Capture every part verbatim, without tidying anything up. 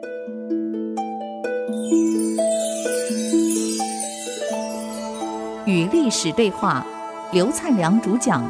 与历史对话，刘灿良主讲。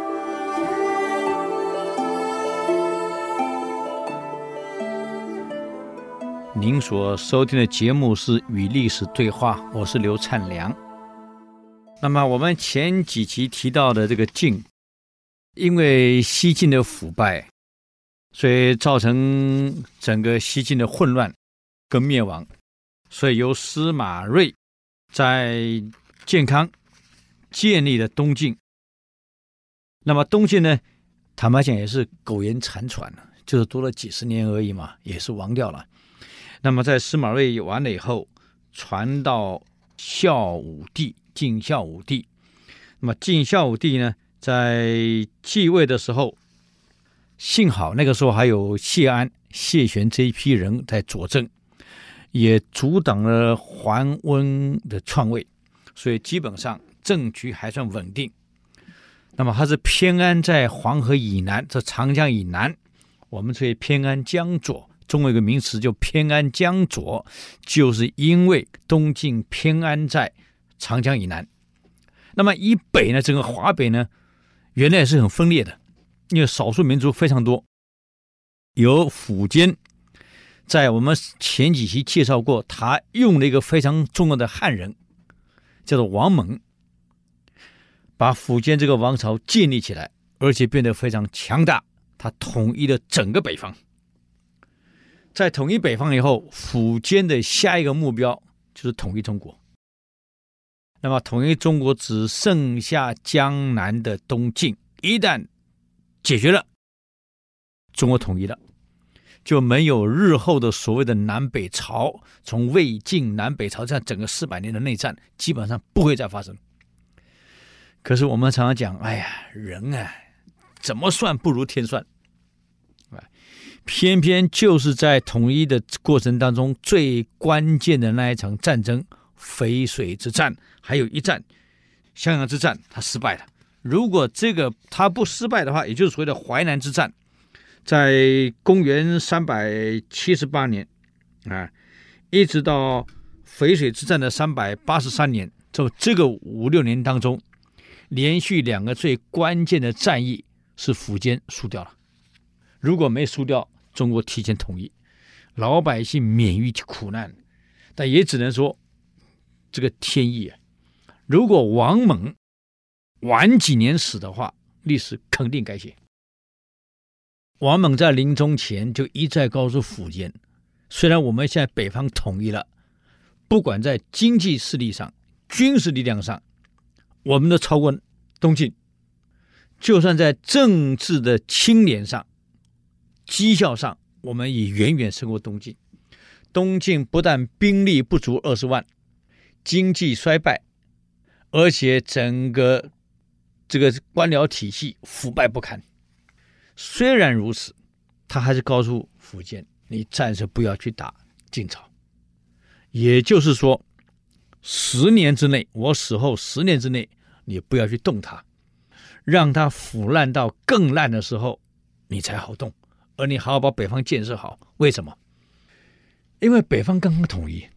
您所收听的节目是《与历史对话》，我是刘灿良。那么我们前几期提到的这个晋，因为西晋的腐败，所以造成整个西晋的混乱跟灭亡，所以由司马睿在建康建立了东晋。那么东晋呢，坦白讲也是苟延残喘，就是多了几十年而已嘛，也是亡掉了。那么在司马睿完了以后，传到孝武帝，晋孝武帝。那么晋孝武帝呢，在继位的时候，幸好那个时候还有谢安、谢玄这一批人在佐证，也阻挡了桓温的篡位，所以基本上政局还算稳定。那么他是偏安在黄河以南，这长江以南，我们所以偏安江左。中国有个名词叫偏安江左，就是因为东晋偏安在长江以南。那么以北呢，整个华北呢，原来是很分裂的，因为少数民族非常多。有苻坚，在我们前几期介绍过，他用了一个非常重要的汉人，叫做王猛，把苻坚这个王朝建立起来，而且变得非常强大，他统一了整个北方。在统一北方以后，苻坚的下一个目标就是统一中国。那么统一中国只剩下江南的东晋，一旦解决了，中国统一了，就没有日后的所谓的南北朝，从魏晋南北朝这样整个四百年的内战基本上不会再发生。可是我们常常讲，哎呀，人啊，怎么算不如天算。偏偏就是在统一的过程当中，最关键的那一场战争淝水之战，还有一战襄阳之战，他失败了。如果这个他不失败的话，也就是所谓的淮南之战，在公元三百七十八年啊，一直到淝水之战的三百八十三年，就这个五六年当中，连续两个最关键的战役是苻坚输掉了。如果没输掉，中国提前统一，老百姓免于苦难，但也只能说这个天意啊。如果王猛晚几年死的话，历史肯定改写。王猛在临终前就一再告诉苻坚，虽然我们现在北方统一了，不管在经济势力上、军事力量上，我们都超过东晋，就算在政治的清廉上、绩效上，我们也远远胜过东晋。东晋不但兵力不足二十万，经济衰败，而且整个这个官僚体系腐败不堪。虽然如此，他还是告诉苻坚，你暂时不要去打晋朝。也就是说，十年之内，我死后十年之内，你不要去动它，让它腐烂到更烂的时候，你才好动。而你好好把北方建设好。为什么？因为北方刚刚统一，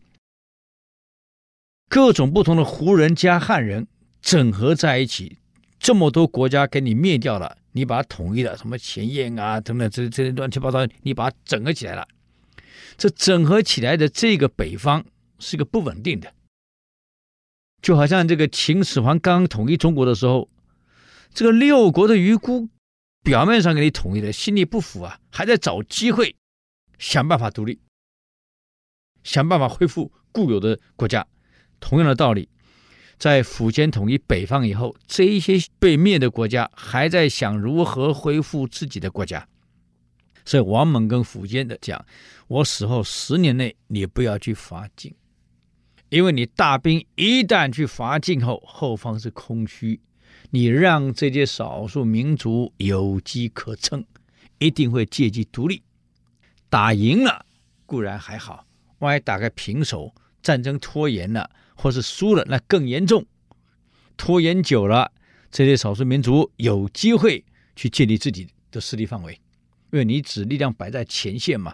各种不同的胡人加汉人整合在一起，这么多国家给你灭掉了，你把它统一了，什么前燕啊等等，这这些乱七八糟，你把它整合起来了。这整合起来的这个北方是个不稳定的，就好像这个秦始皇刚刚统一中国的时候，这个六国的余辜表面上给你统一了，心里不服啊，还在找机会想办法独立，想办法恢复固有的国家。同样的道理，在苻坚统一北方以后，这一些被灭的国家还在想如何恢复自己的国家。所以王猛跟苻坚的讲，我死后十年内你不要去伐晋，因为你大兵一旦去伐晋后，后方是空虚，你让这些少数民族有机可乘，一定会借机独立。打赢了固然还好，万一打个平手，战争拖延了，或是输了，那更严重。拖延久了，这些少数民族有机会去建立自己的势力范围，因为你只力量摆在前线嘛，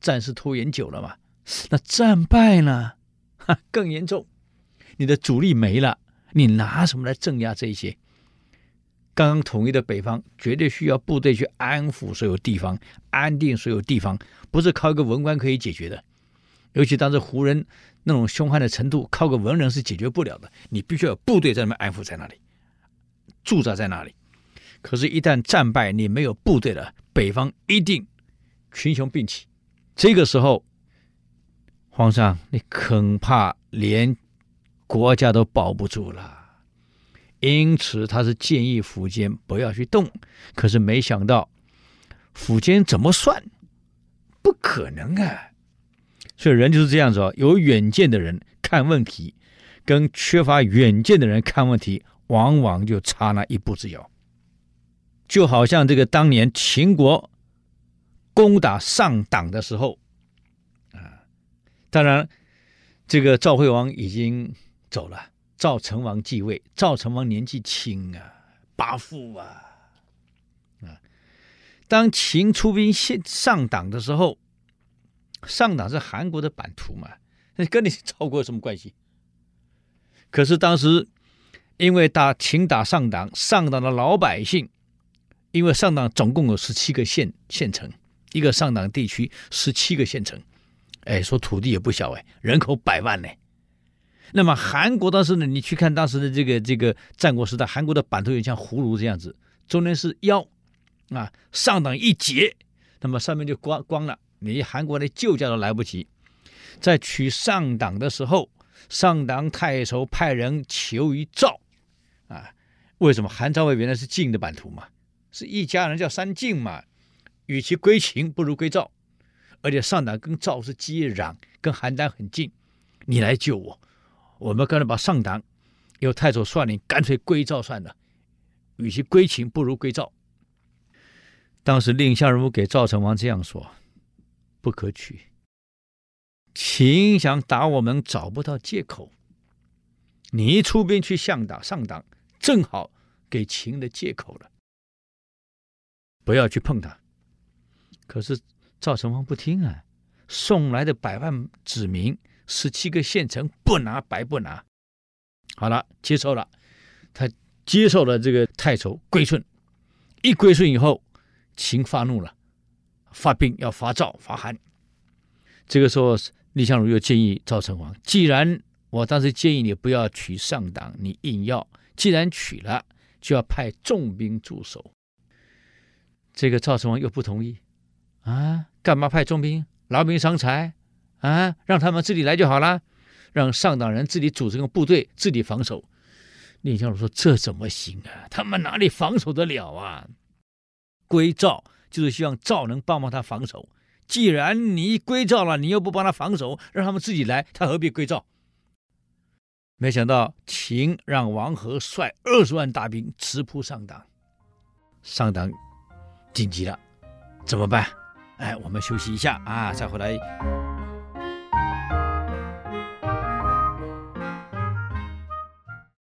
战事拖延久了嘛。那战败呢，哈，更严重，你的主力没了，你拿什么来镇压这些？刚刚统一的北方绝对需要部队去安抚所有地方，安定所有地方，不是靠一个文官可以解决的。尤其当时胡人那种凶悍的程度，靠个文人是解决不了的，你必须要有部队在那边安抚在那里，驻扎在那里。可是，一旦战败，你没有部队了，北方一定群雄并起。这个时候，皇上，你恐怕连国家都保不住了。因此，他是建议苻坚不要去动。可是没想到，苻坚怎么算？不可能啊！所以人就是这样子哦，有远见的人看问题，跟缺乏远见的人看问题，往往就差那一步之遥。就好像这个当年秦国攻打上党的时候，啊，当然这个赵惠王已经走了，赵成王继位。赵成王年纪轻啊，八父啊，啊，当秦出兵上党的时候，上党是韩国的版图嘛，那跟你赵国有什么关系？可是当时因为打秦打上党，上党的老百姓，因为上党总共有十七个县县城，一个上党地区十七个县城，哎，说土地也不小哎，人口百万呢。那么韩国当时呢，你去看当时的这个这个战国时代，韩国的版图有像葫芦这样子，中间是腰啊，上党一截，那么上面就光光了，你韩国的救驾都来不及。在取上党的时候，上党太守派人求于赵啊，为什么？韩赵魏原来是晋的版图嘛，是一家人叫三晋嘛，与其归秦，不如归赵。而且上党跟赵是接壤，跟邯郸很近，你来救我，我们干脆把上党由太守率领，干脆归赵算了，与其归秦，不如归赵。当时蔺相如给赵成王这样说：不可取，秦想打我们找不到借口，你一出兵去向打上党，正好给秦的借口了，不要去碰他。可是赵成王不听啊，送来的百万子民，十七个县城，不拿白不拿。好了，接受了，他接受了这个太守归顺。一归顺以后，秦发怒了，发兵要伐赵伐韩。这个时候蔺相如又建议赵成王，既然我当时建议你不要取上党，你硬要，既然取了，就要派重兵驻守。这个赵成王又不同意啊，干嘛派重兵？劳民伤财啊，让他们自己来就好了，让上党人自己组成个部队，自己防守。蔺相如说：这怎么行啊？他们哪里防守得了啊？归赵就是希望赵能帮帮他防守。既然你归赵了，你又不帮他防守，让他们自己来，他何必归赵？没想到秦让王和率二十万大兵直扑上党，上党紧急了，怎么办？哎，我们休息一下啊，再回来。